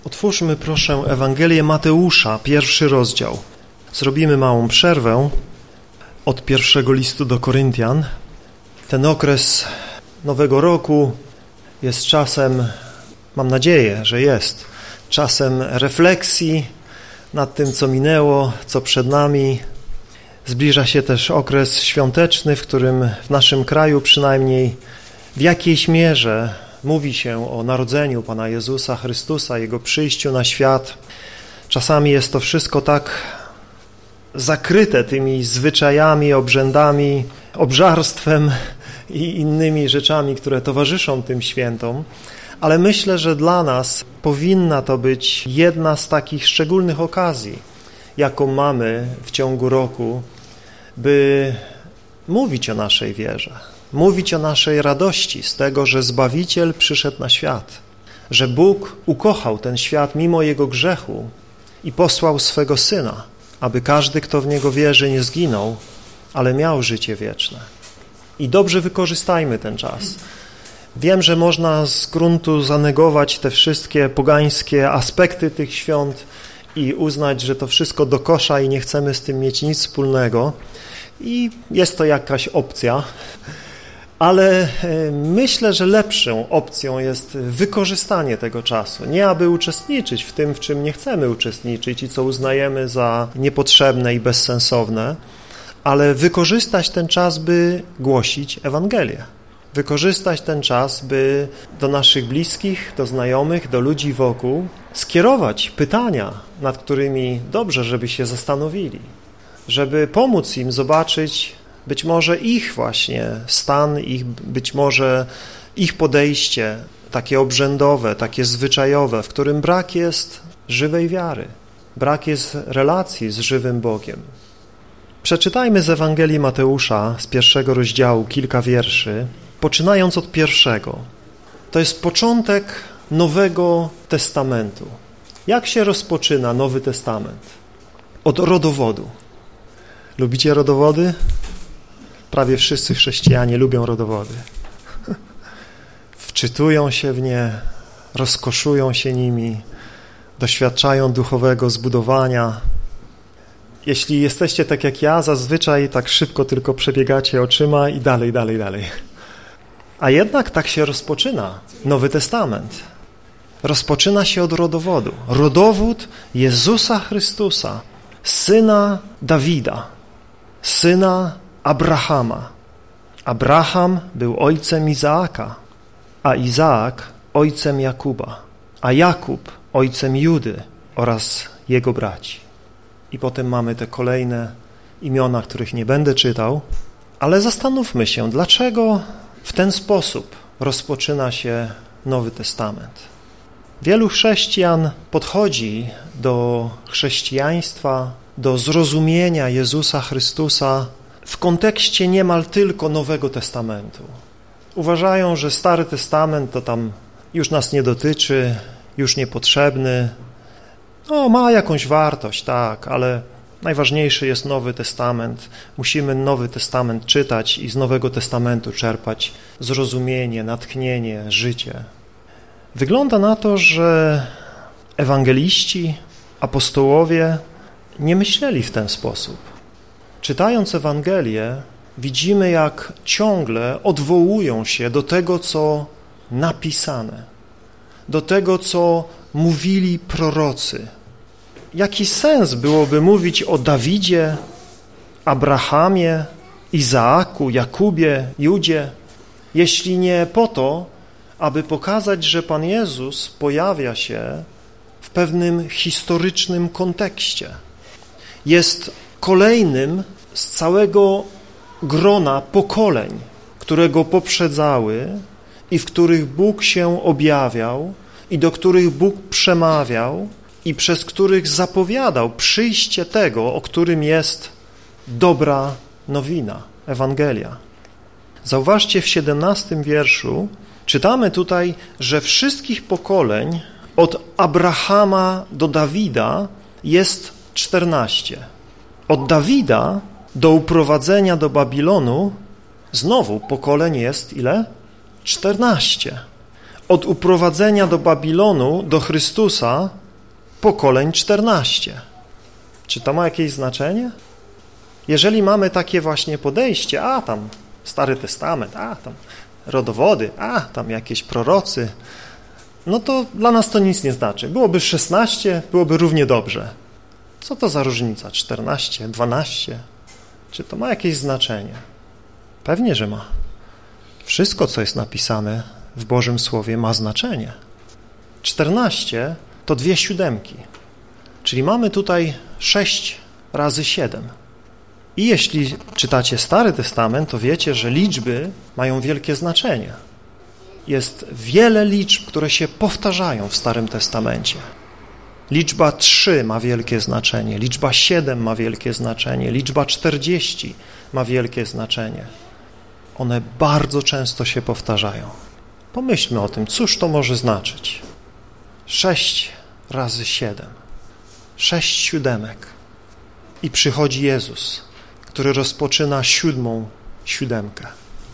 Otwórzmy proszę Ewangelię Mateusza, 1 rozdział. Zrobimy małą przerwę od pierwszego listu do Koryntian. Ten okres Nowego Roku jest czasem, mam nadzieję, że jest, czasem refleksji nad tym, co minęło, co przed nami. Zbliża się też okres świąteczny, w którym w naszym kraju przynajmniej w jakiejś mierze mówi się o narodzeniu Pana Jezusa Chrystusa, Jego przyjściu na świat. Czasami jest to wszystko tak zakryte tymi zwyczajami, obrzędami, obżarstwem i innymi rzeczami, które towarzyszą tym świętom, ale myślę, że dla nas powinna to być jedna z takich szczególnych okazji, jaką mamy w ciągu roku, by mówić o naszej wierze, mówić o naszej radości z tego, że Zbawiciel przyszedł na świat, że Bóg ukochał ten świat mimo jego grzechu i posłał swego Syna, aby każdy, kto w Niego wierzy, nie zginął, ale miał życie wieczne. I dobrze wykorzystajmy ten czas. Wiem, że można z gruntu zanegować te wszystkie pogańskie aspekty tych świąt i uznać, że to wszystko do kosza i nie chcemy z tym mieć nic wspólnego. I jest to jakaś opcja, ale myślę, że lepszą opcją jest wykorzystanie tego czasu. Nie aby uczestniczyć w tym, w czym nie chcemy uczestniczyć i co uznajemy za niepotrzebne i bezsensowne, ale wykorzystać ten czas, by głosić Ewangelię. Wykorzystać ten czas, by do naszych bliskich, do znajomych, do ludzi wokół skierować pytania, nad którymi dobrze, żeby się zastanowili, żeby pomóc im zobaczyć być może ich właśnie stan, być może ich podejście, takie obrzędowe, takie zwyczajowe, w którym brak jest żywej wiary, brak jest relacji z żywym Bogiem. Przeczytajmy z Ewangelii Mateusza z 1 rozdziału kilka wierszy, poczynając od 1. To jest początek Nowego Testamentu. Jak się rozpoczyna Nowy Testament? Od rodowodu. Lubicie rodowody? Prawie wszyscy chrześcijanie lubią rodowody. Wczytują się w nie, rozkoszują się nimi, doświadczają duchowego zbudowania. Jeśli jesteście tak jak ja, zazwyczaj tak szybko tylko przebiegacie oczyma i dalej. A jednak tak się rozpoczyna Nowy Testament. Rozpoczyna się od rodowodu. Rodowód Jezusa Chrystusa, syna Dawida, syna Abrahama. Abraham był ojcem Izaaka, a Izaak ojcem Jakuba, a Jakub ojcem Judy oraz jego braci. I potem mamy te kolejne imiona, których nie będę czytał, ale zastanówmy się, dlaczego w ten sposób rozpoczyna się Nowy Testament. Wielu chrześcijan podchodzi do chrześcijaństwa, do zrozumienia Jezusa Chrystusa w kontekście niemal tylko Nowego Testamentu. Uważają, że Stary Testament to tam już nas nie dotyczy, już niepotrzebny. No, ma jakąś wartość, tak, ale najważniejszy jest Nowy Testament. Musimy Nowy Testament czytać i z Nowego Testamentu czerpać zrozumienie, natchnienie, życie. Wygląda na to, że ewangeliści, apostołowie nie myśleli w ten sposób. Czytając Ewangelię, widzimy, jak ciągle odwołują się do tego, co napisane, do tego, co mówili prorocy. Jaki sens byłoby mówić o Dawidzie, Abrahamie, Izaaku, Jakubie, Judzie, jeśli nie po to, aby pokazać, że Pan Jezus pojawia się w pewnym historycznym kontekście. Jest kolejnym z całego grona pokoleń, które go poprzedzały i w których Bóg się objawiał i do których Bóg przemawiał i przez których zapowiadał przyjście tego, o którym jest dobra nowina, Ewangelia. Zauważcie, w 17 wierszu czytamy tutaj, że wszystkich pokoleń od Abrahama do Dawida jest 14. Od Dawida do uprowadzenia do Babilonu znowu pokoleń jest ile? 14. od uprowadzenia do Babilonu do Chrystusa pokoleń 14. Czy to ma jakieś znaczenie? Jeżeli mamy takie właśnie podejście, tam Stary Testament, tam rodowody, tam jakieś prorocy, no to dla nas to nic nie znaczy. Byłoby 16, byłoby równie dobrze. Co to za różnica? 14, 12? Czy to ma jakieś znaczenie? Pewnie, że ma. Wszystko, co jest napisane w Bożym Słowie, ma znaczenie. 14 to 2 siódemki, czyli mamy tutaj 6 razy 7. I jeśli czytacie Stary Testament, to wiecie, że liczby mają wielkie znaczenie. Jest wiele liczb, które się powtarzają w Starym Testamencie. Liczba 3 ma wielkie znaczenie, liczba 7 ma wielkie znaczenie, liczba 40 ma wielkie znaczenie. One bardzo często się powtarzają. Pomyślmy o tym, cóż to może znaczyć. 6 razy 7. 6 siódemek. I przychodzi Jezus, który rozpoczyna 7. siódemkę.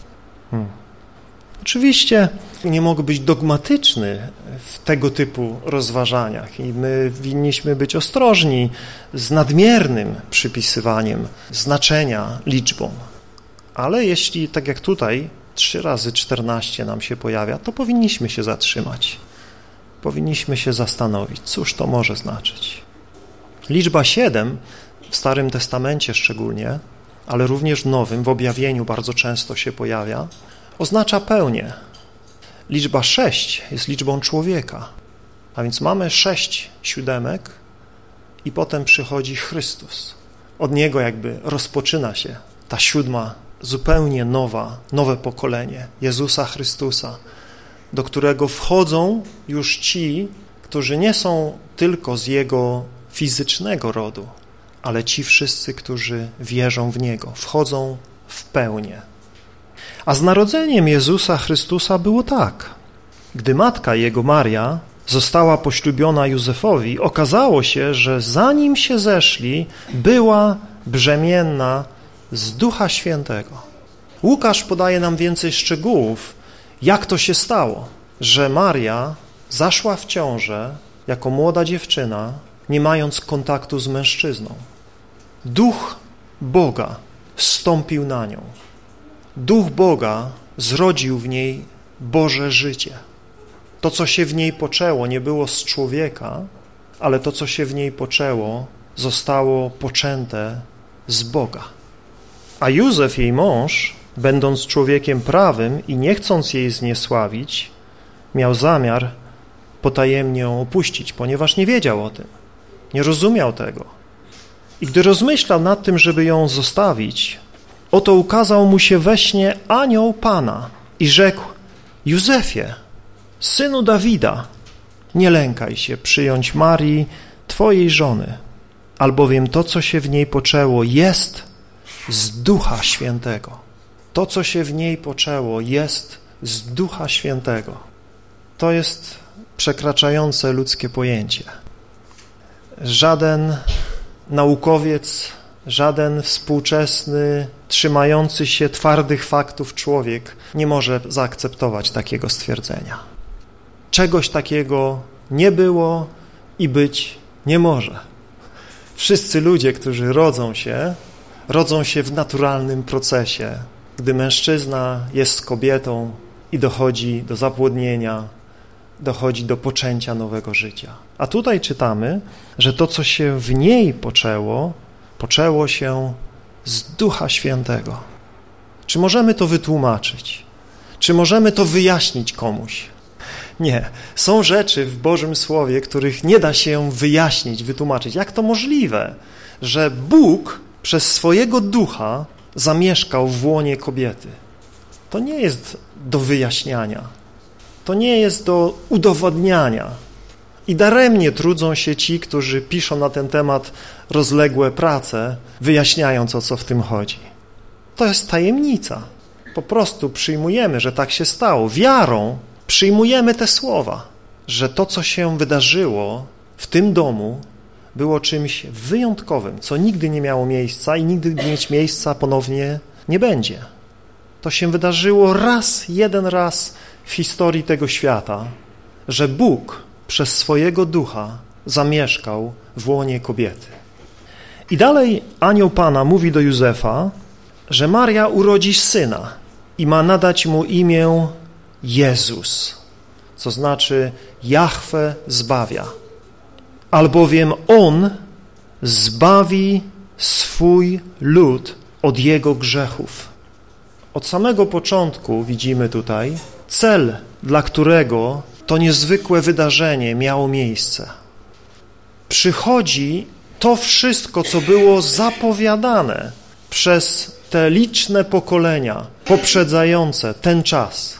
Oczywiście nie mogę być dogmatyczny w tego typu rozważaniach i my winniśmy być ostrożni z nadmiernym przypisywaniem znaczenia liczbom. Ale jeśli, tak jak tutaj, 3 razy 14 nam się pojawia, to powinniśmy się zatrzymać. Powinniśmy się zastanowić, cóż to może znaczyć. Liczba 7 w Starym Testamencie szczególnie, ale również w Nowym, w objawieniu bardzo często się pojawia, oznacza pełnię. Liczba 6 jest liczbą człowieka, a więc mamy 6 siódemek i potem przychodzi Chrystus. Od Niego jakby rozpoczyna się ta 7, zupełnie nowe pokolenie Jezusa Chrystusa, do którego wchodzą już ci, którzy nie są tylko z Jego fizycznego rodu, ale ci wszyscy, którzy wierzą w Niego, wchodzą w pełnię. A z narodzeniem Jezusa Chrystusa było tak. Gdy matka Jego, Maria, została poślubiona Józefowi, okazało się, że zanim się zeszli, była brzemienna z Ducha Świętego. Łukasz podaje nam więcej szczegółów, jak to się stało, że Maria zaszła w ciążę jako młoda dziewczyna, nie mając kontaktu z mężczyzną. Duch Boga zstąpił na nią. Duch Boga zrodził w niej Boże życie. To, co się w niej poczęło, nie było z człowieka, ale to, co się w niej poczęło, zostało poczęte z Boga. A Józef, jej mąż, będąc człowiekiem prawym i nie chcąc jej zniesławić, miał zamiar potajemnie ją opuścić, ponieważ nie wiedział o tym, nie rozumiał tego. I gdy rozmyślał nad tym, żeby ją zostawić, oto ukazał mu się we śnie anioł Pana i rzekł: Józefie, synu Dawida, nie lękaj się przyjąć Marii, twojej żony, albowiem to, co się w niej poczęło, jest z Ducha Świętego. To, co się w niej poczęło, jest z Ducha Świętego. To jest przekraczające ludzkie pojęcie. Żaden naukowiec, żaden współczesny, trzymający się twardych faktów człowiek nie może zaakceptować takiego stwierdzenia. Czegoś takiego nie było i być nie może. Wszyscy ludzie, którzy rodzą się w naturalnym procesie, gdy mężczyzna jest z kobietą i dochodzi do zapłodnienia, dochodzi do poczęcia nowego życia. A tutaj czytamy, że to, co się w niej poczęło się z Ducha Świętego. Czy możemy to wytłumaczyć? Czy możemy to wyjaśnić komuś? Nie. Są rzeczy w Bożym Słowie, których nie da się wyjaśnić, wytłumaczyć. Jak to możliwe, że Bóg przez swojego Ducha zamieszkał w łonie kobiety? To nie jest do wyjaśniania. To nie jest do udowodniania. I daremnie trudzą się ci, którzy piszą na ten temat rozległe prace, wyjaśniając, o co w tym chodzi. To jest tajemnica. Po prostu przyjmujemy, że tak się stało. Wiarą przyjmujemy te słowa, że to, co się wydarzyło w tym domu, było czymś wyjątkowym, co nigdy nie miało miejsca i nigdy mieć miejsca ponownie nie będzie. To się wydarzyło jeden raz w historii tego świata, że Bóg przez swojego ducha zamieszkał w łonie kobiety. I dalej anioł Pana mówi do Józefa, że Maria urodzi syna i ma nadać mu imię Jezus, co znaczy Jahwe zbawia, albowiem On zbawi swój lud od jego grzechów. Od samego początku widzimy tutaj cel, dla którego to niezwykłe wydarzenie miało miejsce. Przychodzi to wszystko, co było zapowiadane przez te liczne pokolenia poprzedzające ten czas.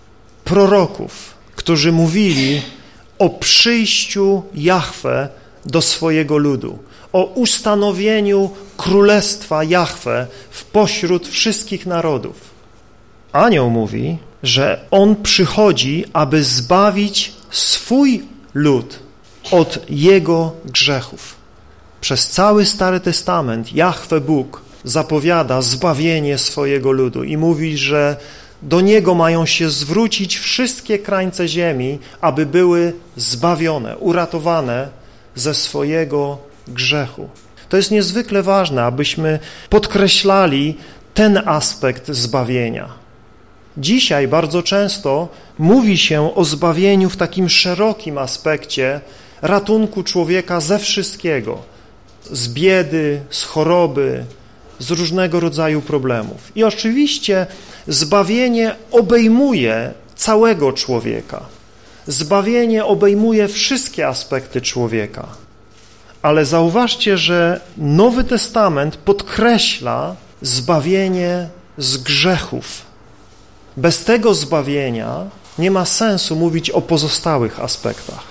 Proroków, którzy mówili o przyjściu Jahwe do swojego ludu, o ustanowieniu królestwa Jahwe w pośród wszystkich narodów. Anioł mówi, że on przychodzi, aby zbawić swój lud od jego grzechów. Przez cały Stary Testament Jahwe Bóg zapowiada zbawienie swojego ludu i mówi, że do Niego mają się zwrócić wszystkie krańce ziemi, aby były zbawione, uratowane ze swojego grzechu. To jest niezwykle ważne, abyśmy podkreślali ten aspekt zbawienia. Dzisiaj bardzo często mówi się o zbawieniu w takim szerokim aspekcie ratunku człowieka ze wszystkiego, z biedy, z choroby, z różnego rodzaju problemów. I oczywiście zbawienie obejmuje całego człowieka. Zbawienie obejmuje wszystkie aspekty człowieka. Ale zauważcie, że Nowy Testament podkreśla zbawienie z grzechów. Bez tego zbawienia nie ma sensu mówić o pozostałych aspektach.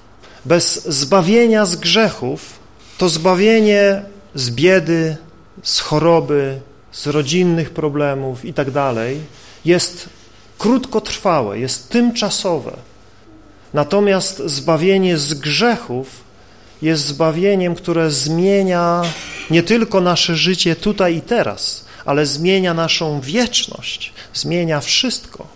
Bez zbawienia z grzechów to zbawienie z biedy, z choroby, z rodzinnych problemów i tak dalej jest krótkotrwałe, jest tymczasowe. Natomiast zbawienie z grzechów jest zbawieniem, które zmienia nie tylko nasze życie tutaj i teraz, ale zmienia naszą wieczność, zmienia wszystko.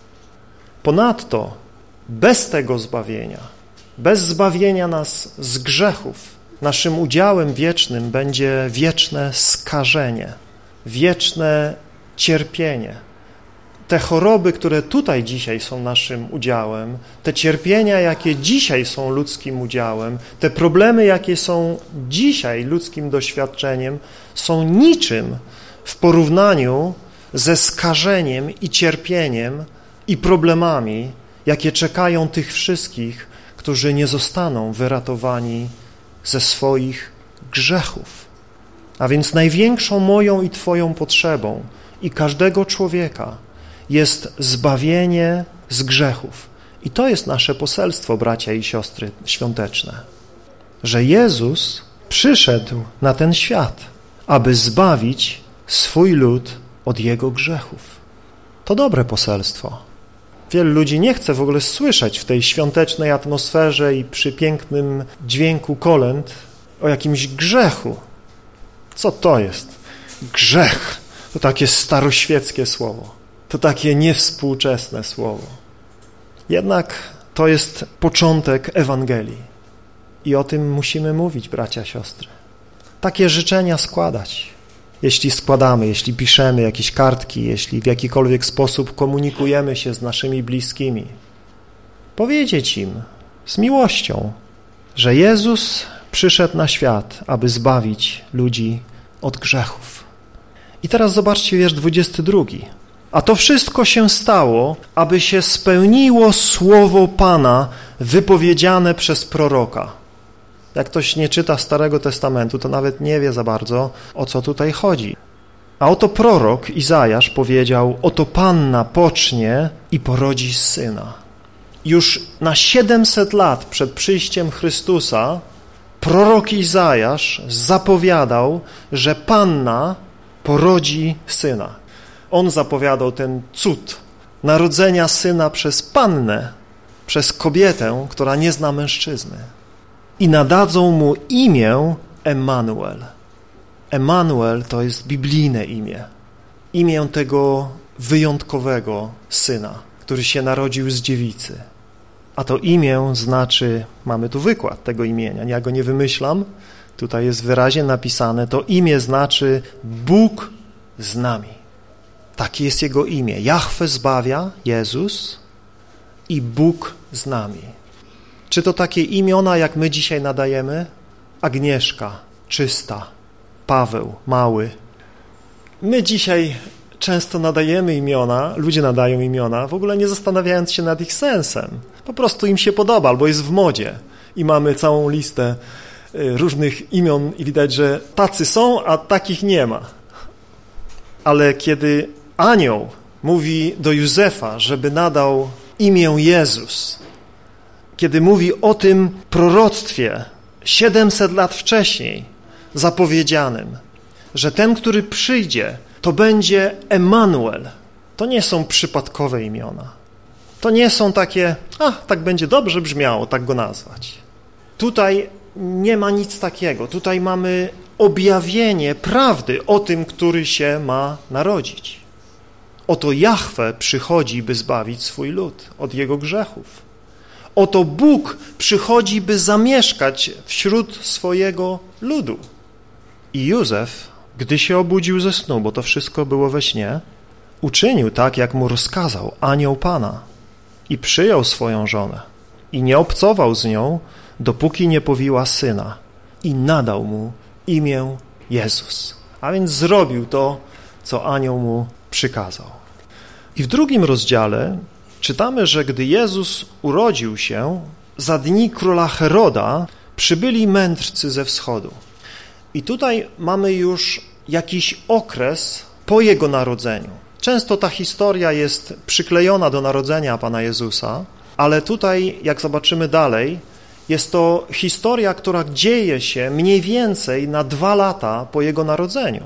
Ponadto bez tego zbawienia, bez zbawienia nas z grzechów, naszym udziałem wiecznym będzie wieczne skażenie, wieczne cierpienie. Te choroby, które tutaj dzisiaj są naszym udziałem, te cierpienia, jakie dzisiaj są ludzkim udziałem, te problemy, jakie są dzisiaj ludzkim doświadczeniem, są niczym w porównaniu ze skażeniem i cierpieniem i problemami, jakie czekają tych wszystkich, którzy nie zostaną wyratowani ze swoich grzechów. A więc największą moją i Twoją potrzebą i każdego człowieka jest zbawienie z grzechów. I to jest nasze poselstwo, bracia i siostry świąteczne, że Jezus przyszedł na ten świat, aby zbawić swój lud od jego grzechów. To dobre poselstwo. Wielu ludzi nie chce w ogóle słyszeć w tej świątecznej atmosferze i przy pięknym dźwięku kolęd o jakimś grzechu. Co to jest? Grzech to takie staroświeckie słowo. To takie niewspółczesne słowo. Jednak to jest początek Ewangelii. I o tym musimy mówić, bracia, siostry. Takie życzenia składać. Jeśli składamy, jeśli piszemy jakieś kartki, jeśli w jakikolwiek sposób komunikujemy się z naszymi bliskimi. Powiedzieć im z miłością, że Jezus przyszedł na świat, aby zbawić ludzi od grzechów. I teraz zobaczcie wiersz 22. A to wszystko się stało, aby się spełniło słowo Pana wypowiedziane przez proroka. Jak ktoś nie czyta Starego Testamentu, to nawet nie wie za bardzo, o co tutaj chodzi. A oto prorok Izajasz powiedział, oto Panna pocznie i porodzi syna. Już na 700 lat przed przyjściem Chrystusa prorok Izajasz zapowiadał, że Panna porodzi syna. On zapowiadał ten cud narodzenia syna przez pannę, przez kobietę, która nie zna mężczyzny. I nadadzą mu imię Emmanuel. Emmanuel to jest biblijne imię. Imię tego wyjątkowego syna, który się narodził z dziewicy. A to imię znaczy, mamy tu wykład tego imienia, ja go nie wymyślam, tutaj jest wyraźnie napisane, to imię znaczy Bóg z nami. Takie jest Jego imię. Jahwe zbawia, Jezus i Bóg z nami. Czy to takie imiona, jak my dzisiaj nadajemy? Agnieszka, czysta, Paweł, mały. My dzisiaj często nadajemy imiona, ludzie nadają imiona, w ogóle nie zastanawiając się nad ich sensem. Po prostu im się podoba, albo jest w modzie. I mamy całą listę różnych imion i widać, że tacy są, a takich nie ma. Ale kiedy anioł mówi do Józefa, żeby nadał imię Jezus, kiedy mówi o tym proroctwie 700 lat wcześniej zapowiedzianym, że ten, który przyjdzie, to będzie Emanuel. To nie są przypadkowe imiona. To nie są takie, tak będzie dobrze brzmiało, tak go nazwać. Tutaj nie ma nic takiego. Tutaj mamy objawienie prawdy o tym, który się ma narodzić. Oto Jahwe przychodzi, by zbawić swój lud od jego grzechów. Oto Bóg przychodzi, by zamieszkać wśród swojego ludu. I Józef, gdy się obudził ze snu, bo to wszystko było we śnie, uczynił tak, jak mu rozkazał anioł Pana i przyjął swoją żonę i nie obcował z nią, dopóki nie powiła syna i nadał mu imię Jezus. A więc zrobił to, co anioł mu przykazał. I w 2 rozdziale czytamy, że gdy Jezus urodził się, za dni króla Heroda przybyli mędrcy ze wschodu. I tutaj mamy już jakiś okres po Jego narodzeniu. Często ta historia jest przyklejona do narodzenia Pana Jezusa, ale tutaj, jak zobaczymy dalej, jest to historia, która dzieje się mniej więcej na 2 lata po Jego narodzeniu.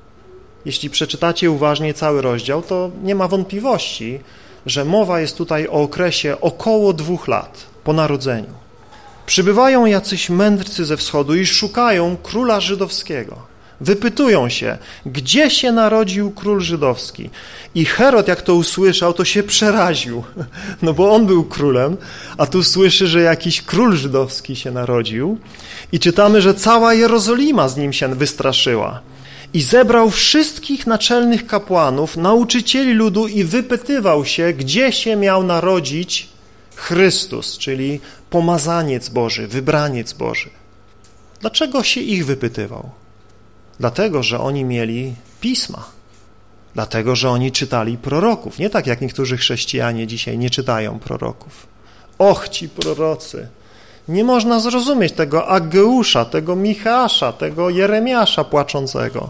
Jeśli przeczytacie uważnie cały rozdział, to nie ma wątpliwości, że mowa jest tutaj o okresie około 2 lat po narodzeniu. Przybywają jacyś mędrcy ze wschodu i szukają króla żydowskiego. Wypytują się, gdzie się narodził król żydowski. I Herod, jak to usłyszał, to się przeraził, no bo on był królem, a tu słyszy, że jakiś król żydowski się narodził. I czytamy, że cała Jerozolima z nim się wystraszyła. I zebrał wszystkich naczelnych kapłanów, nauczycieli ludu i wypytywał się, gdzie się miał narodzić Chrystus, czyli pomazaniec Boży, wybraniec Boży. Dlaczego się ich wypytywał? Dlatego, że oni mieli pisma. Dlatego, że oni czytali proroków. Nie tak jak niektórzy chrześcijanie dzisiaj nie czytają proroków. Och, ci prorocy! Nie można zrozumieć tego Ageusza, tego Micheasza, tego Jeremiasza płaczącego.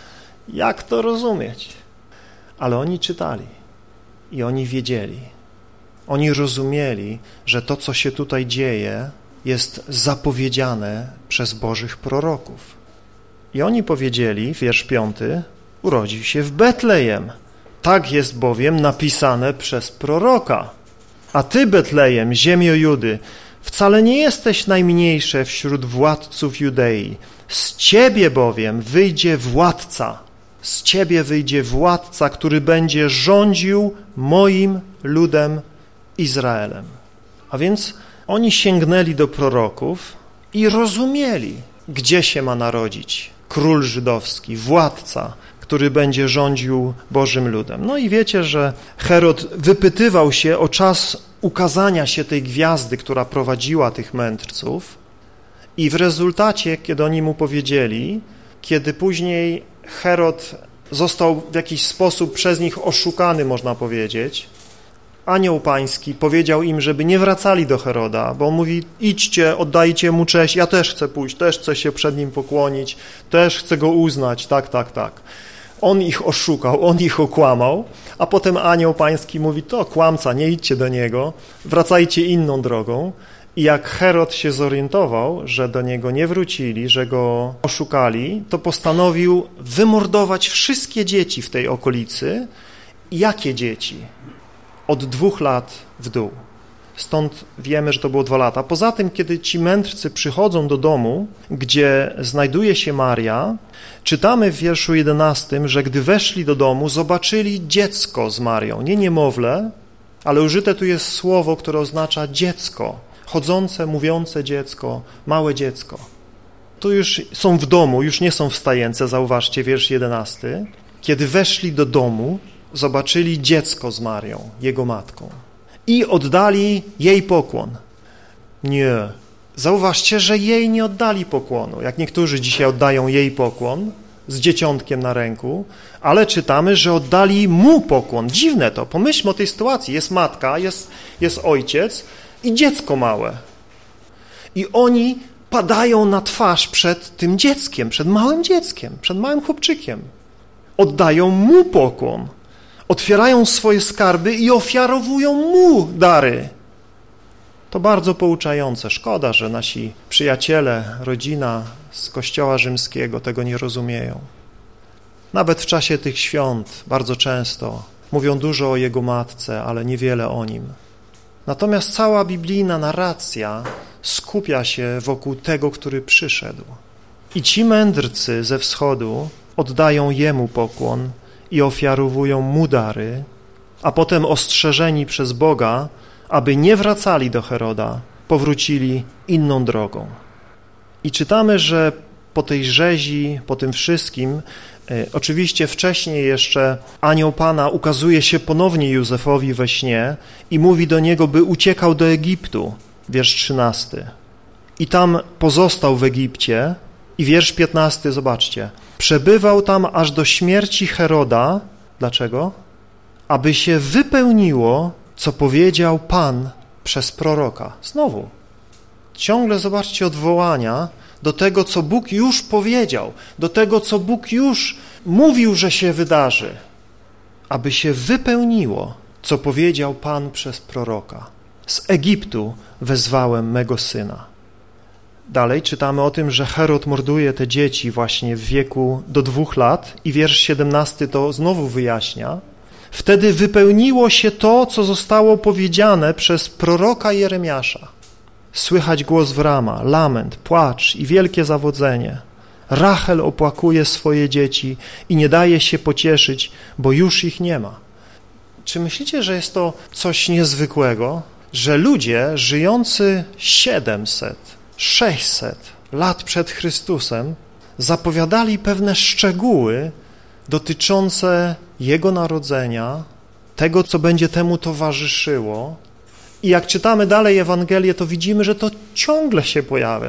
Jak to rozumieć? Ale oni czytali i oni wiedzieli. Oni rozumieli, że to, co się tutaj dzieje, jest zapowiedziane przez Bożych proroków. I oni powiedzieli, wiersz 5, urodził się w Betlejem. Tak jest bowiem napisane przez proroka. A ty, Betlejem, ziemio Judy, wcale nie jesteś najmniejsze wśród władców Judei. Z ciebie bowiem wyjdzie władca. Z ciebie wyjdzie władca, który będzie rządził moim ludem Izraelem. A więc oni sięgnęli do proroków i rozumieli, gdzie się ma narodzić król żydowski, władca, który będzie rządził Bożym ludem. No i wiecie, że Herod wypytywał się o czas ukazania się tej gwiazdy, która prowadziła tych mędrców i w rezultacie, kiedy oni mu powiedzieli, kiedy później Herod został w jakiś sposób przez nich oszukany, można powiedzieć, anioł pański powiedział im, żeby nie wracali do Heroda, bo on mówi, idźcie, oddajcie mu cześć, ja też chcę pójść, też chcę się przed nim pokłonić, też chcę go uznać, tak. On ich oszukał, on ich okłamał, a potem anioł pański mówi, to kłamca, nie idźcie do niego, wracajcie inną drogą. I jak Herod się zorientował, że do niego nie wrócili, że go oszukali, to postanowił wymordować wszystkie dzieci w tej okolicy. Jakie dzieci? Od 2 lat w dół. Stąd wiemy, że to było 2 lata. Poza tym, kiedy ci mędrcy przychodzą do domu, gdzie znajduje się Maria, czytamy w wierszu 11, że gdy weszli do domu, zobaczyli dziecko z Marią. Nie niemowlę, ale użyte tu jest słowo, które oznacza dziecko, chodzące, mówiące dziecko, małe dziecko. Tu już są w domu, już nie są w stajence, zauważcie, wiersz 11. Kiedy weszli do domu, zobaczyli dziecko z Marią, jego matką i oddali jej pokłon. Nie. Zauważcie, że jej nie oddali pokłonu, jak niektórzy dzisiaj oddają jej pokłon z dzieciątkiem na ręku, ale czytamy, że oddali mu pokłon. Dziwne to, pomyślmy o tej sytuacji. Jest matka, jest ojciec i dziecko małe. I oni padają na twarz przed tym dzieckiem, przed małym dzieckiem, przed małym chłopczykiem. Oddają mu pokłon, otwierają swoje skarby i ofiarowują mu dary. To bardzo pouczające. Szkoda, że nasi przyjaciele, rodzina z Kościoła rzymskiego tego nie rozumieją. Nawet w czasie tych świąt bardzo często mówią dużo o jego matce, ale niewiele o nim. Natomiast cała biblijna narracja skupia się wokół tego, który przyszedł. I ci mędrcy ze wschodu oddają jemu pokłon i ofiarowują mu dary, a potem ostrzeżeni przez Boga, aby nie wracali do Heroda, powrócili inną drogą. I czytamy, że po tej rzezi, po tym wszystkim, oczywiście wcześniej jeszcze anioł Pana ukazuje się ponownie Józefowi we śnie i mówi do niego, by uciekał do Egiptu, wiersz 13. I tam pozostał w Egipcie i wiersz 15, zobaczcie, przebywał tam aż do śmierci Heroda. Dlaczego? Aby się wypełniło, co powiedział Pan przez proroka. Znowu, ciągle zobaczcie odwołania do tego, co Bóg już powiedział, do tego, co Bóg już mówił, że się wydarzy, aby się wypełniło, co powiedział Pan przez proroka. Z Egiptu wezwałem mego syna. Dalej czytamy o tym, że Herod morduje te dzieci właśnie w wieku do 2 lat i wiersz 17 to znowu wyjaśnia. Wtedy wypełniło się to, co zostało powiedziane przez proroka Jeremiasza. Słychać głos w Rama, lament, płacz i wielkie zawodzenie. Rachel opłakuje swoje dzieci i nie daje się pocieszyć, bo już ich nie ma. Czy myślicie, że jest to coś niezwykłego, że ludzie żyjący 700, 600 lat przed Chrystusem zapowiadali pewne szczegóły dotyczące Jego narodzenia, tego, co będzie temu towarzyszyło. I jak czytamy dalej Ewangelię, to widzimy, że to ciągle się pojawia,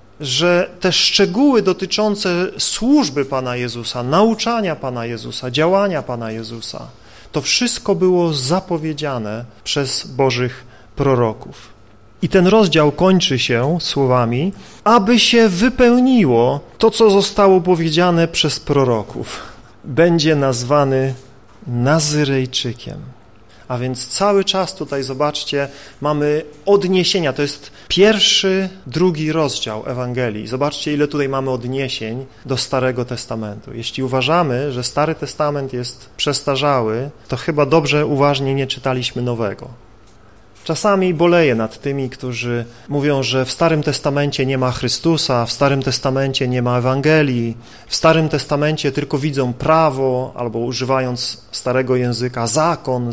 że te szczegóły dotyczące służby Pana Jezusa, nauczania Pana Jezusa, działania Pana Jezusa, to wszystko było zapowiedziane przez Bożych proroków. I ten rozdział kończy się słowami, aby się wypełniło to, co zostało powiedziane przez proroków. Będzie nazwany Nazyrejczykiem. A więc cały czas tutaj, zobaczcie, mamy odniesienia. To jest 1., 2 rozdział Ewangelii. Zobaczcie, ile tutaj mamy odniesień do Starego Testamentu. Jeśli uważamy, że Stary Testament jest przestarzały, to chyba dobrze uważnie nie czytaliśmy Nowego. Czasami boleję nad tymi, którzy mówią, że w Starym Testamencie nie ma Chrystusa, w Starym Testamencie nie ma Ewangelii, w Starym Testamencie tylko widzą prawo, albo używając starego języka, zakon,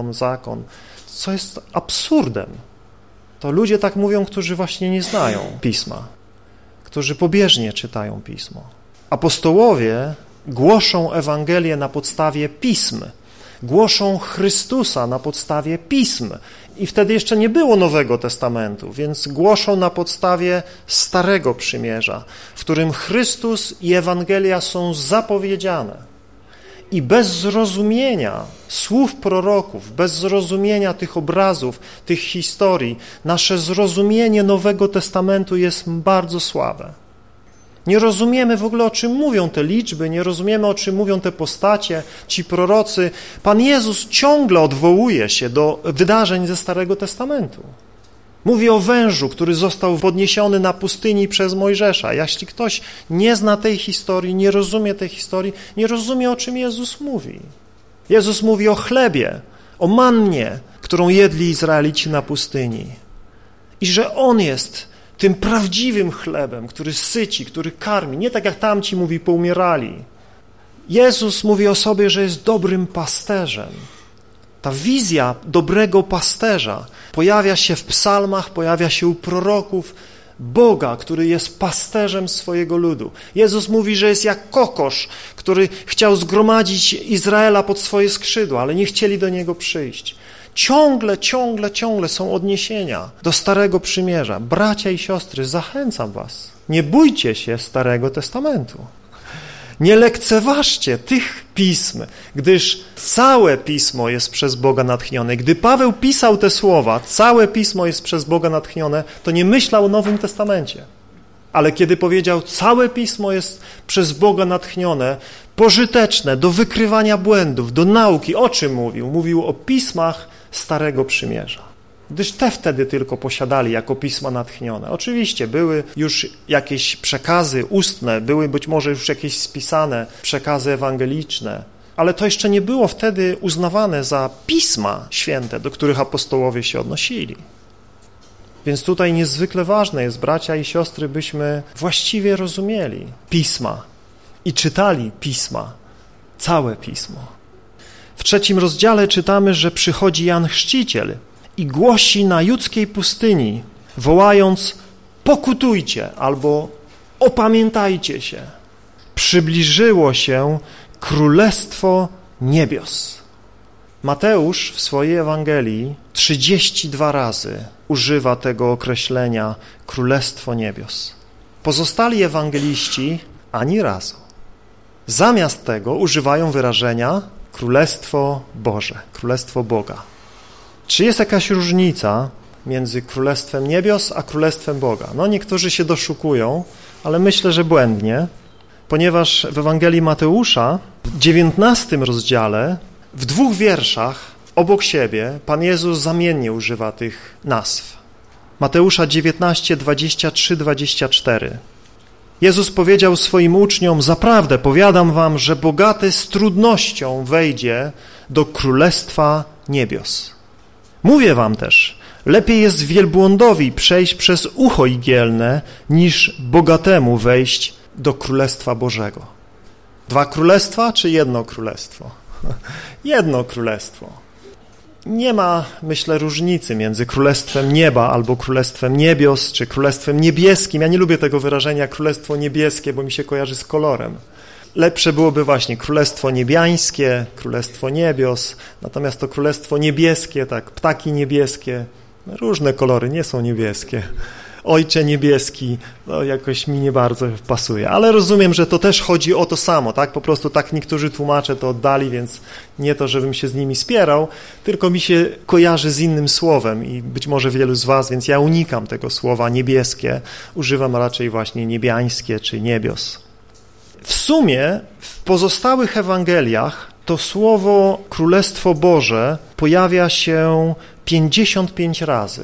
co jest absurdem. To ludzie tak mówią, którzy właśnie nie znają Pisma, którzy pobieżnie czytają Pismo. Apostołowie głoszą Ewangelię na podstawie Pism, głoszą Chrystusa na podstawie Pism. I wtedy jeszcze nie było Nowego Testamentu, więc głoszą na podstawie Starego Przymierza, w którym Chrystus i Ewangelia są zapowiedziane. I bez zrozumienia słów proroków, bez zrozumienia tych obrazów, tych historii, nasze zrozumienie Nowego Testamentu jest bardzo słabe. Nie rozumiemy w ogóle, o czym mówią te liczby, nie rozumiemy, o czym mówią te postacie, ci prorocy. Pan Jezus ciągle odwołuje się do wydarzeń ze Starego Testamentu. Mówi o wężu, który został podniesiony na pustyni przez Mojżesza. Jeśli ktoś nie zna tej historii, nie rozumie tej historii, nie rozumie, o czym Jezus mówi. Jezus mówi o chlebie, o mannie, którą jedli Izraelici na pustyni. I że On jest tym prawdziwym chlebem, który syci, który karmi, nie tak jak tamci mówi, poumierali. Jezus mówi o sobie, że jest dobrym pasterzem. Ta wizja dobrego pasterza pojawia się w psalmach, pojawia się u proroków, Boga, który jest pasterzem swojego ludu. Jezus mówi, że jest jak kokosz, który chciał zgromadzić Izraela pod swoje skrzydła, ale nie chcieli do niego przyjść. Ciągle są odniesienia do Starego Przymierza. Bracia i siostry, zachęcam was, nie bójcie się Starego Testamentu. Nie lekceważcie tych pism, gdyż całe Pismo jest przez Boga natchnione. Gdy Paweł pisał te słowa, całe Pismo jest przez Boga natchnione, to nie myślał o Nowym Testamencie. Ale kiedy powiedział, całe Pismo jest przez Boga natchnione, pożyteczne do wykrywania błędów, do nauki, o czym mówił? Mówił o pismach Starego Przymierza. Gdyż te wtedy tylko posiadali jako pisma natchnione. Oczywiście były już jakieś przekazy ustne, były być może już jakieś spisane przekazy ewangeliczne, ale to jeszcze nie było wtedy uznawane za pisma święte, do których apostołowie się odnosili. Więc tutaj niezwykle ważne jest, bracia i siostry, byśmy właściwie rozumieli pisma i czytali pisma, całe pismo. W 3 rozdziale czytamy, że przychodzi Jan Chrzciciel i głosi na judzkiej pustyni, wołając: pokutujcie albo opamiętajcie się. Przybliżyło się Królestwo Niebios. Mateusz w swojej Ewangelii 32 razy używa tego określenia Królestwo Niebios. Pozostali ewangeliści ani razu. Zamiast tego używają wyrażenia Królestwo Boże, Królestwo Boga. Czy jest jakaś różnica między Królestwem Niebios a Królestwem Boga? No niektórzy się doszukują, ale myślę, że błędnie, ponieważ w Ewangelii Mateusza w 19 rozdziale w 2 wierszach obok siebie Pan Jezus zamiennie używa tych nazw. Mateusza 19, 23, 24. Jezus powiedział swoim uczniom: zaprawdę powiadam wam, że bogaty z trudnością wejdzie do Królestwa Niebios. Mówię wam też, lepiej jest wielbłądowi przejść przez ucho igielne, niż bogatemu wejść do Królestwa Bożego. 2 królestwa czy 1 królestwo? 1 królestwo. Nie ma, myślę, różnicy między Królestwem Nieba albo Królestwem Niebios, czy Królestwem Niebieskim. Ja nie lubię tego wyrażenia Królestwo Niebieskie, bo mi się kojarzy z kolorem. Lepsze byłoby właśnie Królestwo Niebiańskie, Królestwo Niebios, natomiast to Królestwo Niebieskie, tak, ptaki niebieskie, różne kolory, nie są niebieskie. Ojcze Niebieski, no jakoś mi nie bardzo pasuje, ale rozumiem, że to też chodzi o to samo, tak? Po prostu tak niektórzy tłumacze to oddali, więc nie to, żebym się z nimi spierał, tylko mi się kojarzy z innym słowem i być może wielu z was, więc ja unikam tego słowa niebieskie, używam raczej właśnie niebiańskie czy niebios. W sumie w pozostałych Ewangeliach to słowo Królestwo Boże pojawia się 55 razy.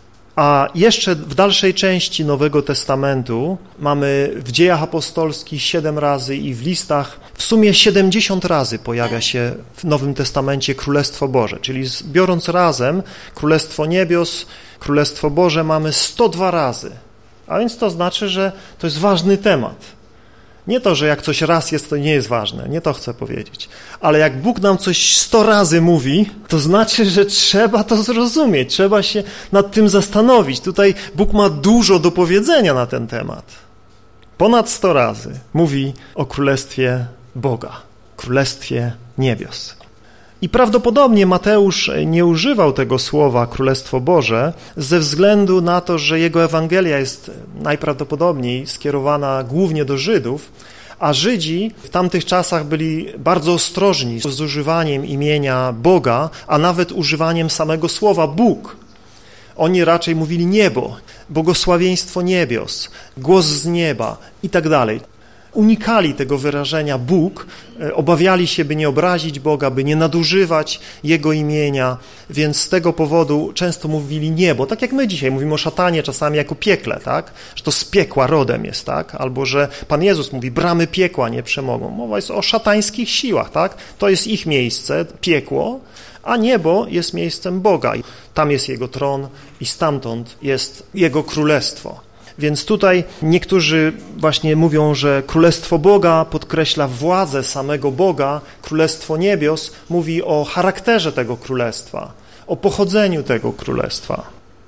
A jeszcze w dalszej części Nowego Testamentu mamy w Dziejach Apostolskich 7 razy i w listach w sumie 70 razy pojawia się w Nowym Testamencie Królestwo Boże, czyli biorąc razem Królestwo Niebios, Królestwo Boże mamy 102 razy. A więc to znaczy, że to jest ważny temat. Nie to, że jak coś raz jest, to nie jest ważne, nie to chcę powiedzieć. Ale jak Bóg nam coś 100 razy mówi, to znaczy, że trzeba to zrozumieć, trzeba się nad tym zastanowić. Tutaj Bóg ma dużo do powiedzenia na ten temat. Ponad 100 razy mówi o Królestwie Boga, Królestwie Niebios. I prawdopodobnie Mateusz nie używał tego słowa Królestwo Boże ze względu na to, że jego Ewangelia jest najprawdopodobniej skierowana głównie do Żydów, a Żydzi w tamtych czasach byli bardzo ostrożni z używaniem imienia Boga, a nawet używaniem samego słowa Bóg. Oni raczej mówili niebo, błogosławieństwo niebios, głos z nieba i tak dalej. Unikali tego wyrażenia Bóg, obawiali się, by nie obrazić Boga, by nie nadużywać Jego imienia, więc z tego powodu często mówili niebo, tak jak my dzisiaj mówimy o szatanie czasami jako piekle, tak? Że to z piekła rodem jest, tak? Albo że Pan Jezus mówi, bramy piekła nie przemogą. Mowa jest o szatańskich siłach, tak? To jest ich miejsce, piekło, a niebo jest miejscem Boga. Tam jest Jego tron i stamtąd jest Jego królestwo. Więc tutaj niektórzy właśnie mówią, że Królestwo Boga podkreśla władzę samego Boga, Królestwo Niebios mówi o charakterze tego Królestwa, o pochodzeniu tego Królestwa.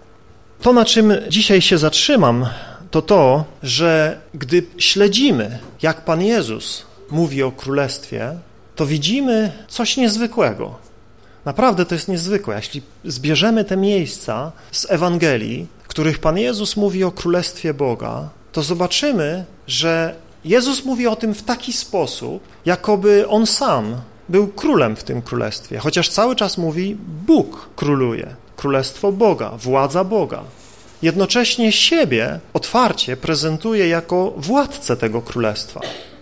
To, na czym dzisiaj się zatrzymam, to, że gdy śledzimy, jak Pan Jezus mówi o Królestwie, to widzimy coś niezwykłego. Naprawdę to jest niezwykłe. Jeśli zbierzemy te miejsca z Ewangelii, w których Pan Jezus mówi o Królestwie Boga, to zobaczymy, że Jezus mówi o tym w taki sposób, jakoby On sam był królem w tym królestwie, chociaż cały czas mówi Bóg króluje, Królestwo Boga, władza Boga. Jednocześnie siebie otwarcie prezentuje jako władcę tego królestwa.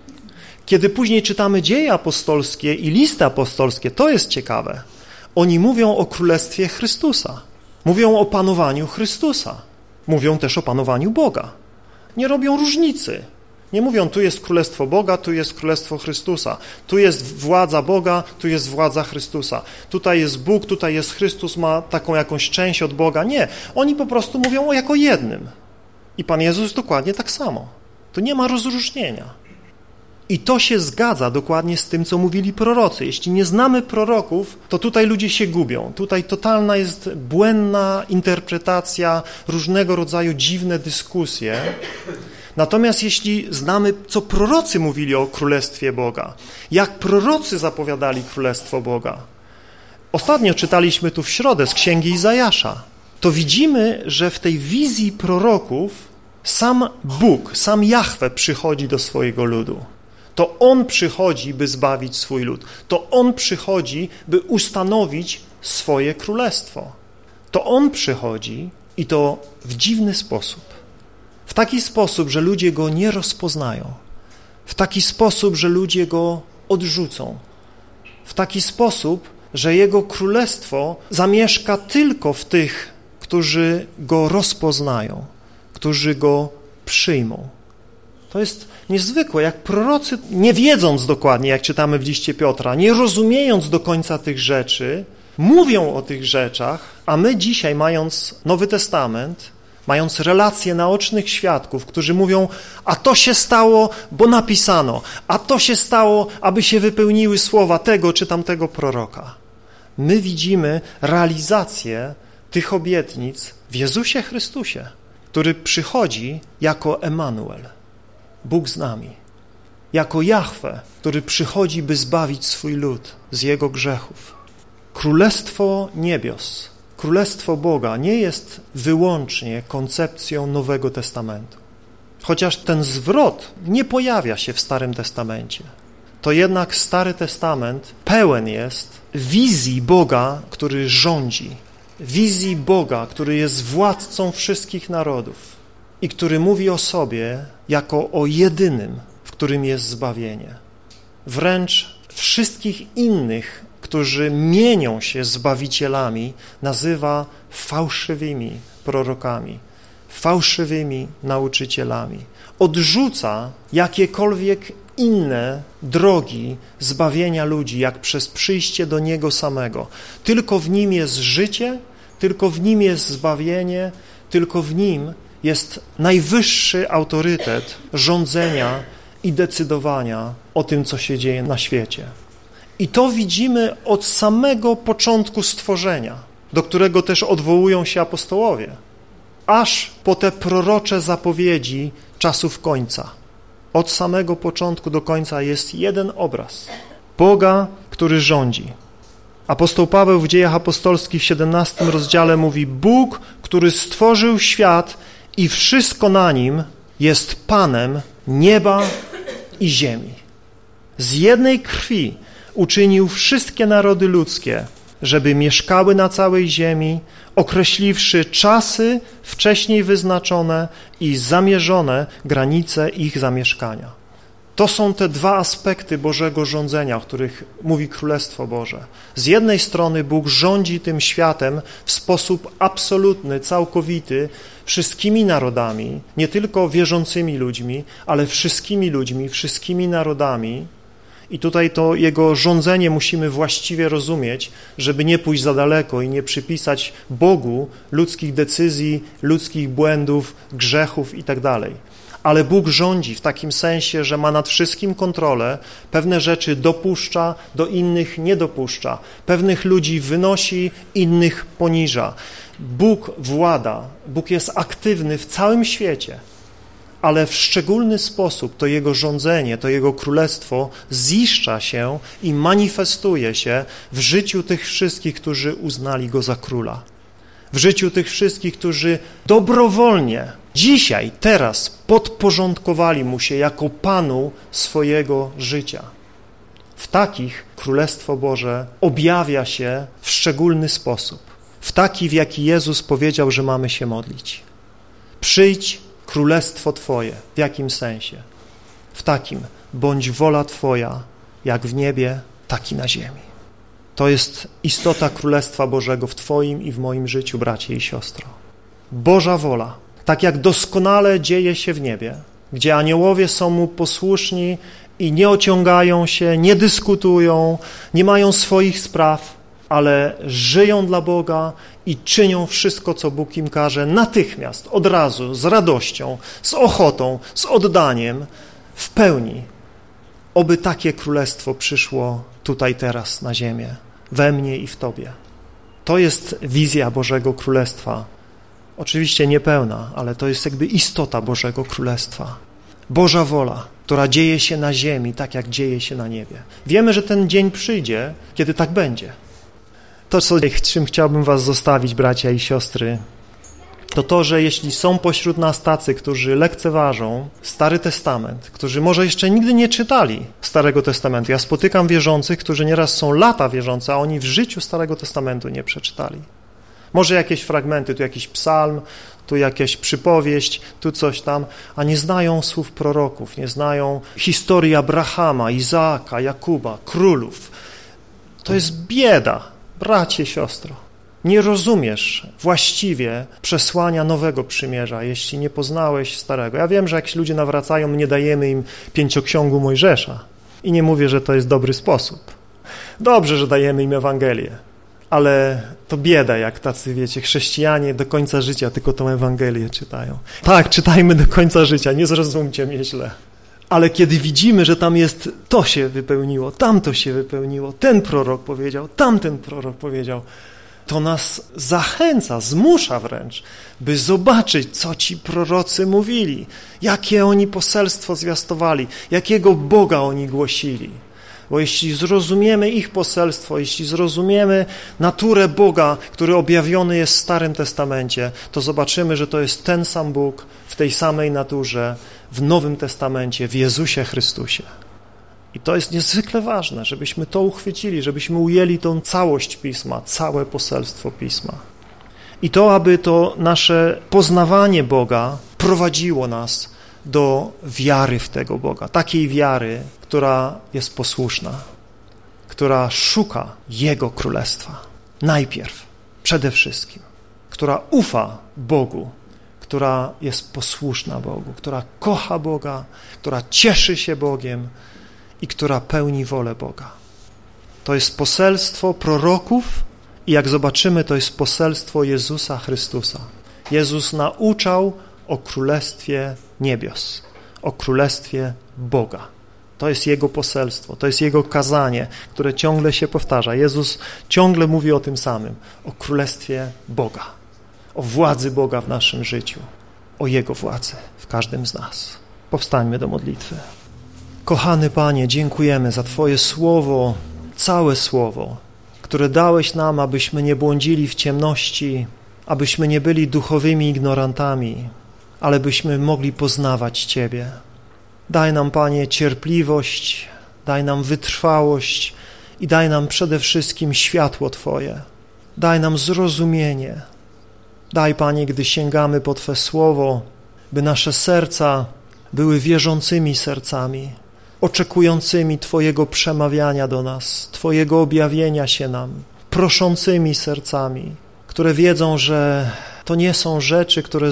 Kiedy później czytamy Dzieje apostolskie i listy apostolskie, to jest ciekawe. Oni mówią o Królestwie Chrystusa, mówią o panowaniu Chrystusa, mówią też o panowaniu Boga. Nie robią różnicy. Nie mówią, tu jest Królestwo Boga, tu jest Królestwo Chrystusa, tu jest władza Boga, tu jest władza Chrystusa. Tutaj jest Bóg, tutaj jest Chrystus, ma taką jakąś część od Boga. Nie, oni po prostu mówią o jako jednym. I Pan Jezus dokładnie tak samo. Tu nie ma rozróżnienia. I to się zgadza dokładnie z tym, co mówili prorocy. Jeśli nie znamy proroków, to tutaj ludzie się gubią. Tutaj totalna jest błędna interpretacja, różnego rodzaju dziwne dyskusje. Natomiast jeśli znamy, co prorocy mówili o Królestwie Boga, jak prorocy zapowiadali Królestwo Boga. Ostatnio czytaliśmy tu w środę z Księgi Izajasza. To widzimy, że w tej wizji proroków sam Bóg, sam Jahwe przychodzi do swojego ludu. To On przychodzi, by zbawić swój lud. To On przychodzi, by ustanowić swoje królestwo. To On przychodzi i to w dziwny sposób. W taki sposób, że ludzie Go nie rozpoznają. W taki sposób, że ludzie Go odrzucą. W taki sposób, że Jego królestwo zamieszka tylko w tych, którzy Go rozpoznają, którzy Go przyjmą. To jest niezwykłe, jak prorocy, nie wiedząc dokładnie, jak czytamy w liście Piotra, nie rozumiejąc do końca tych rzeczy, mówią o tych rzeczach, a my dzisiaj, mając Nowy Testament, mając relacje naocznych świadków, którzy mówią, a to się stało, bo napisano, a to się stało, aby się wypełniły słowa tego czy tamtego proroka. My widzimy realizację tych obietnic w Jezusie Chrystusie, który przychodzi jako Emanuel, Bóg z nami, jako Jahwe, który przychodzi, by zbawić swój lud z jego grzechów. Królestwo niebios, Królestwo Boga nie jest wyłącznie koncepcją Nowego Testamentu. Chociaż ten zwrot nie pojawia się w Starym Testamencie, to jednak Stary Testament pełen jest wizji Boga, który rządzi, wizji Boga, który jest władcą wszystkich narodów i który mówi o sobie jako o jedynym, w którym jest zbawienie. Wręcz wszystkich innych, którzy mienią się zbawicielami, nazywa fałszywymi prorokami, fałszywymi nauczycielami. Odrzuca jakiekolwiek inne drogi zbawienia ludzi, jak przez przyjście do Niego samego. Tylko w Nim jest życie, tylko w Nim jest zbawienie, tylko w Nim jest najwyższy autorytet rządzenia i decydowania o tym, co się dzieje na świecie. I to widzimy od samego początku stworzenia, do którego też odwołują się apostołowie, aż po te prorocze zapowiedzi czasów końca. Od samego początku do końca jest jeden obraz Boga, który rządzi. Apostoł Paweł w Dziejach Apostolskich w 17 rozdziale mówi: Bóg, który stworzył świat i wszystko na nim, jest Panem nieba i ziemi. Z jednej krwi uczynił wszystkie narody ludzkie, żeby mieszkały na całej ziemi, określiwszy czasy wcześniej wyznaczone i zamierzone granice ich zamieszkania. To są te dwa aspekty Bożego rządzenia, o których mówi Królestwo Boże. Z jednej strony Bóg rządzi tym światem w sposób absolutny, całkowity, wszystkimi narodami, nie tylko wierzącymi ludźmi, ale wszystkimi ludźmi, wszystkimi narodami I tutaj to Jego rządzenie musimy właściwie rozumieć, żeby nie pójść za daleko i nie przypisać Bogu ludzkich decyzji, ludzkich błędów, grzechów itd. Ale Bóg rządzi w takim sensie, że ma nad wszystkim kontrolę, pewne rzeczy dopuszcza, do innych nie dopuszcza, pewnych ludzi wynosi, innych poniża. Bóg włada, Bóg jest aktywny w całym świecie, ale w szczególny sposób to Jego rządzenie, to Jego królestwo ziszcza się i manifestuje się w życiu tych wszystkich, którzy uznali Go za króla. W życiu tych wszystkich, którzy dobrowolnie, dzisiaj, teraz podporządkowali Mu się jako Panu swojego życia. W takich Królestwo Boże objawia się w szczególny sposób. W taki, w jaki Jezus powiedział, że mamy się modlić. Przyjdź Królestwo Twoje. W jakim sensie? W takim, bądź wola Twoja, jak w niebie, tak i na ziemi. To jest istota Królestwa Bożego w Twoim i w moim życiu, bracie i siostro. Boża wola, tak jak doskonale dzieje się w niebie, gdzie aniołowie są Mu posłuszni i nie ociągają się, nie dyskutują, nie mają swoich spraw, ale żyją dla Boga i czynią wszystko, co Bóg im każe, natychmiast, od razu, z radością, z ochotą, z oddaniem, w pełni. Oby takie królestwo przyszło tutaj teraz na ziemię, we mnie i w Tobie. To jest wizja Bożego Królestwa. Oczywiście niepełna, ale to jest jakby istota Bożego Królestwa. Boża wola, która dzieje się na ziemi, tak jak dzieje się na niebie. Wiemy, że ten dzień przyjdzie, kiedy tak będzie. To, czym chciałbym was zostawić, bracia i siostry, to, że jeśli są pośród nas tacy, którzy lekceważą Stary Testament, którzy może jeszcze nigdy nie czytali Starego Testamentu. Ja spotykam wierzących, którzy nieraz są lata wierzący, a oni w życiu Starego Testamentu nie przeczytali. Może jakieś fragmenty, tu jakiś psalm, tu jakaś przypowieść, tu coś tam, a nie znają słów proroków, nie znają historii Abrahama, Izaaka, Jakuba, królów. To jest bieda, bracie, siostro. Nie rozumiesz właściwie przesłania Nowego Przymierza, jeśli nie poznałeś Starego. Ja wiem, że jak się ludzie nawracają, nie dajemy im Pięcioksięgu Mojżesza i nie mówię, że to jest dobry sposób. Dobrze, że dajemy im Ewangelię, ale to bieda, jak tacy, wiecie, chrześcijanie do końca życia tylko tą Ewangelię czytają. Tak, czytajmy do końca życia, nie zrozumcie mnie źle. Ale kiedy widzimy, że tam jest, to się wypełniło, tamto się wypełniło, ten prorok powiedział, tamten prorok powiedział, to nas zachęca, zmusza wręcz, by zobaczyć, co ci prorocy mówili, jakie oni poselstwo zwiastowali, jakiego Boga oni głosili. Bo jeśli zrozumiemy ich poselstwo, jeśli zrozumiemy naturę Boga, który objawiony jest w Starym Testamencie, to zobaczymy, że to jest ten sam Bóg w tej samej naturze w Nowym Testamencie, w Jezusie Chrystusie. I to jest niezwykle ważne, żebyśmy to uchwycili, żebyśmy ujęli tą całość Pisma, całe poselstwo Pisma. I to, aby to nasze poznawanie Boga prowadziło nas do wiary w tego Boga, takiej wiary, która jest posłuszna, która szuka Jego Królestwa. Najpierw, przede wszystkim, która ufa Bogu, która jest posłuszna Bogu, która kocha Boga, która cieszy się Bogiem i która pełni wolę Boga. To jest poselstwo proroków i jak zobaczymy, to jest poselstwo Jezusa Chrystusa. Jezus nauczał o Królestwie Niebios, o Królestwie Boga. To jest Jego poselstwo, to jest Jego kazanie, które ciągle się powtarza. Jezus ciągle mówi o tym samym, o Królestwie Boga, o władzy Boga w naszym życiu, o Jego władzy w każdym z nas. Powstańmy do modlitwy. Kochany Panie, dziękujemy za Twoje słowo, całe słowo, które dałeś nam, abyśmy nie błądzili w ciemności, abyśmy nie byli duchowymi ignorantami, ale byśmy mogli poznawać Ciebie. Daj nam, Panie, cierpliwość, daj nam wytrwałość i daj nam przede wszystkim światło Twoje. Daj nam zrozumienie. Daj, Panie, gdy sięgamy po Twe słowo, by nasze serca były wierzącymi sercami, oczekującymi Twojego przemawiania do nas, Twojego objawienia się nam, proszącymi sercami, które wiedzą, że to nie są rzeczy, które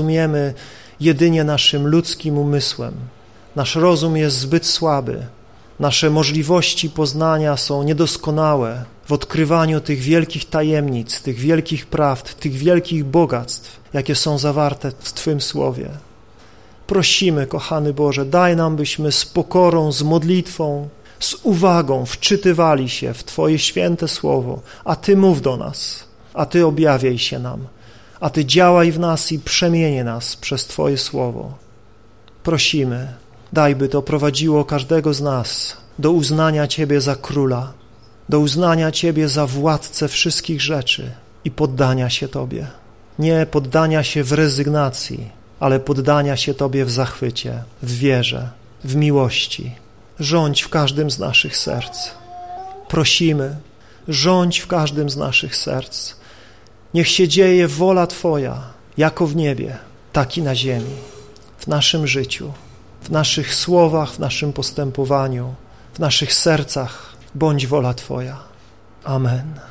zrozumiemy jedynie naszym ludzkim umysłem. Nasz rozum jest zbyt słaby, Nasze możliwości poznania są niedoskonałe w odkrywaniu tych wielkich tajemnic, tych wielkich prawd, tych wielkich bogactw, jakie są zawarte w Twym Słowie. Prosimy, kochany Boże, daj nam, byśmy z pokorą, z modlitwą, z uwagą wczytywali się w Twoje święte Słowo, a Ty mów do nas, a Ty objawiaj się nam, a Ty działaj w nas i przemienię nas przez Twoje Słowo. Prosimy, daj, by to prowadziło każdego z nas do uznania Ciebie za Króla, do uznania Ciebie za Władcę wszystkich rzeczy i poddania się Tobie. Nie poddania się w rezygnacji, ale poddania się Tobie w zachwycie, w wierze, w miłości. Rządź w każdym z naszych serc. Prosimy, rządź w każdym z naszych serc. Niech się dzieje wola Twoja, jako w niebie, tak i na ziemi, w naszym życiu, w naszych słowach, w naszym postępowaniu, w naszych sercach. Bądź wola Twoja. Amen.